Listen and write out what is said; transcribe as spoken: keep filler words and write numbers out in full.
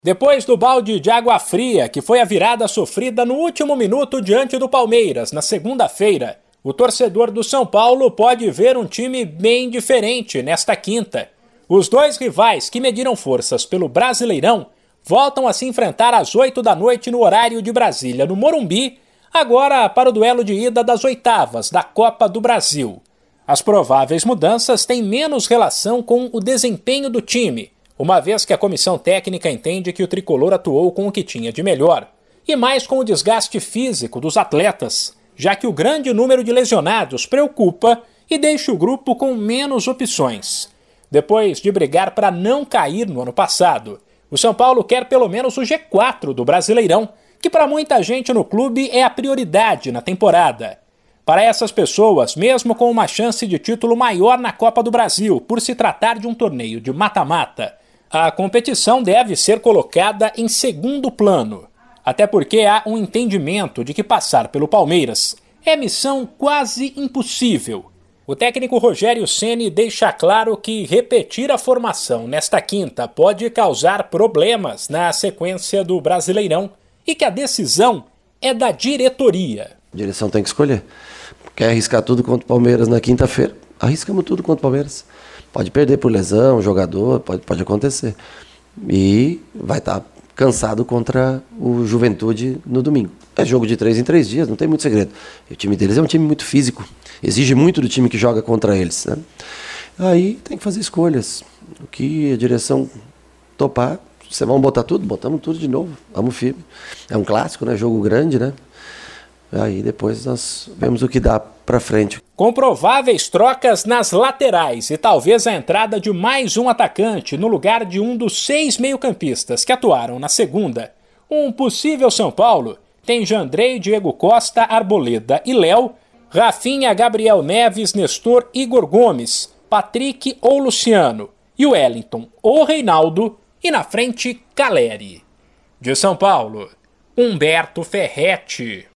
Depois do balde de água fria, que foi a virada sofrida no último minuto diante do Palmeiras, na segunda-feira, o torcedor do São Paulo pode ver um time bem diferente nesta quinta. Os dois rivais que mediram forças pelo Brasileirão voltam a se enfrentar às oito da noite no horário de Brasília, no Morumbi, agora para o duelo de ida das oitavas da Copa do Brasil. As prováveis mudanças têm menos relação com o desempenho do time, uma vez que a comissão técnica entende que o tricolor atuou com o que tinha de melhor, e mais com o desgaste físico dos atletas, já que o grande número de lesionados preocupa e deixa o grupo com menos opções. Depois de brigar para não cair no ano passado, o São Paulo quer pelo menos o G quatro do Brasileirão, que para muita gente no clube é a prioridade na temporada. Para essas pessoas, mesmo com uma chance de título maior na Copa do Brasil, por se tratar de um torneio de mata-mata, a competição deve ser colocada em segundo plano, até porque há um entendimento de que passar pelo Palmeiras é missão quase impossível. O técnico Rogério Ceni deixa claro que repetir a formação nesta quinta pode causar problemas na sequência do Brasileirão e que a decisão é da diretoria. A direção tem que escolher. Quer arriscar tudo contra o Palmeiras na quinta-feira? Arriscamos tudo contra o Palmeiras. Pode perder por lesão, jogador, pode, pode acontecer. E vai estar cansado contra o Juventude no domingo. É jogo de três em três dias, não tem muito segredo. E o time deles é um time muito físico, exige muito do time que joga contra eles, né? Aí tem que fazer escolhas. O que a direção topar, vocês vão botar tudo? Botamos tudo de novo, vamos firme. É um clássico, né? Jogo grande, né? Aí depois nós vemos o que dá para frente. Com prováveis trocas nas laterais e talvez a entrada de mais um atacante no lugar de um dos seis meio-campistas que atuaram na segunda, um possível São Paulo tem Jandrei, Diego Costa, Arboleda e Léo, Rafinha, Gabriel Neves, Nestor, Igor Gomes, Patrick ou Luciano, e Wellington ou Reinaldo, e na frente Caleri. De São Paulo, Humberto Ferretti.